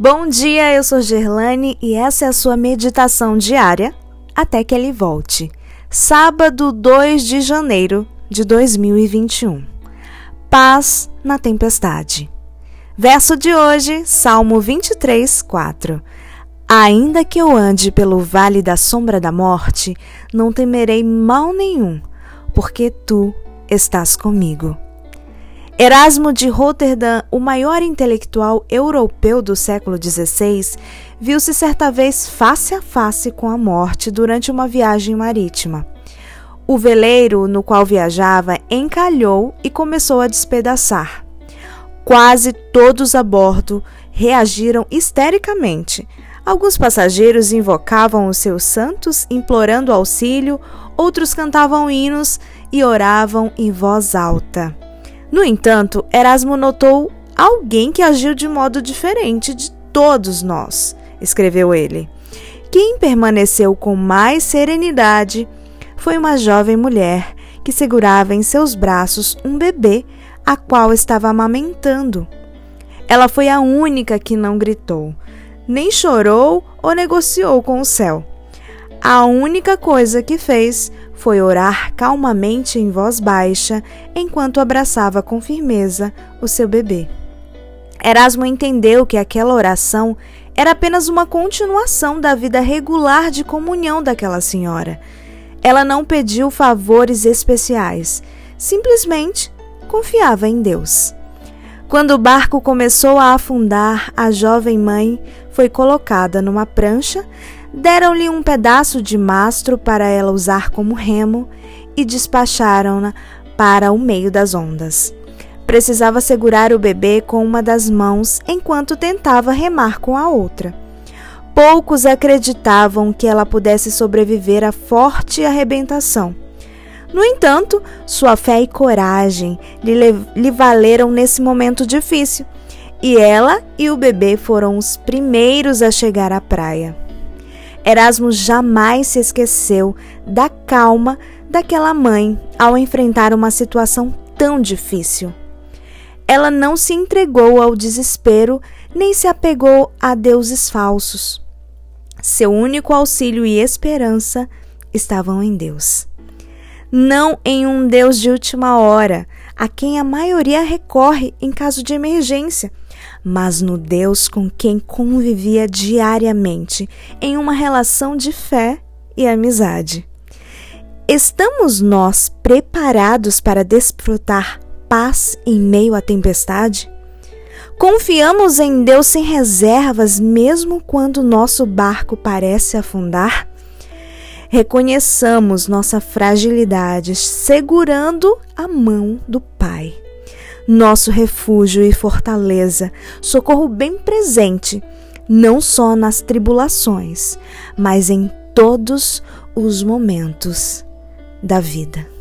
Bom dia, eu sou Gerlane e essa é a sua meditação diária até que ele volte. Sábado 2 de janeiro de 2021. Paz na tempestade. Verso de hoje, Salmo 23, 4. Ainda que eu ande pelo vale da sombra da morte, não temerei mal nenhum, porque tu estás comigo. Erasmo de Roterdã, o maior intelectual europeu do século XVI, viu-se certa vez face a face com a morte durante uma viagem marítima. O veleiro no qual viajava encalhou e começou a despedaçar. Quase todos a bordo reagiram histericamente. Alguns passageiros invocavam os seus santos, implorando auxílio, outros cantavam hinos e oravam em voz alta. No entanto, Erasmo notou alguém que agiu de modo diferente de todos nós, escreveu ele. Quem permaneceu com mais serenidade foi uma jovem mulher que segurava em seus braços um bebê a qual estava amamentando. Ela foi a única que não gritou, nem chorou ou negociou com o céu. A única coisa que fez foi orar calmamente em voz baixa, enquanto abraçava com firmeza o seu bebê. Erasmo entendeu que aquela oração era apenas uma continuação da vida regular de comunhão daquela senhora. Ela não pediu favores especiais, simplesmente confiava em Deus. Quando o barco começou a afundar, a jovem mãe foi colocada numa prancha, deram-lhe um pedaço de mastro para ela usar como remo e despacharam-na para o meio das ondas. Precisava segurar o bebê com uma das mãos enquanto tentava remar com a outra. Poucos acreditavam que ela pudesse sobreviver à forte arrebentação. No entanto, sua fé e coragem lhe valeram nesse momento difícil, e ela e o bebê foram os primeiros a chegar à praia. Erasmo jamais se esqueceu da calma daquela mãe ao enfrentar uma situação tão difícil. Ela não se entregou ao desespero nem se apegou a deuses falsos. Seu único auxílio e esperança estavam em Deus. Não em um Deus de última hora, a quem a maioria recorre em caso de emergência, mas no Deus com quem convivia diariamente, em uma relação de fé e amizade. Estamos nós preparados para desfrutar paz em meio à tempestade? Confiamos em Deus sem reservas, mesmo quando nosso barco parece afundar? Reconheçamos nossa fragilidade, segurando a mão do Pai. Nosso refúgio e fortaleza, socorro bem presente, não só nas tribulações, mas em todos os momentos da vida.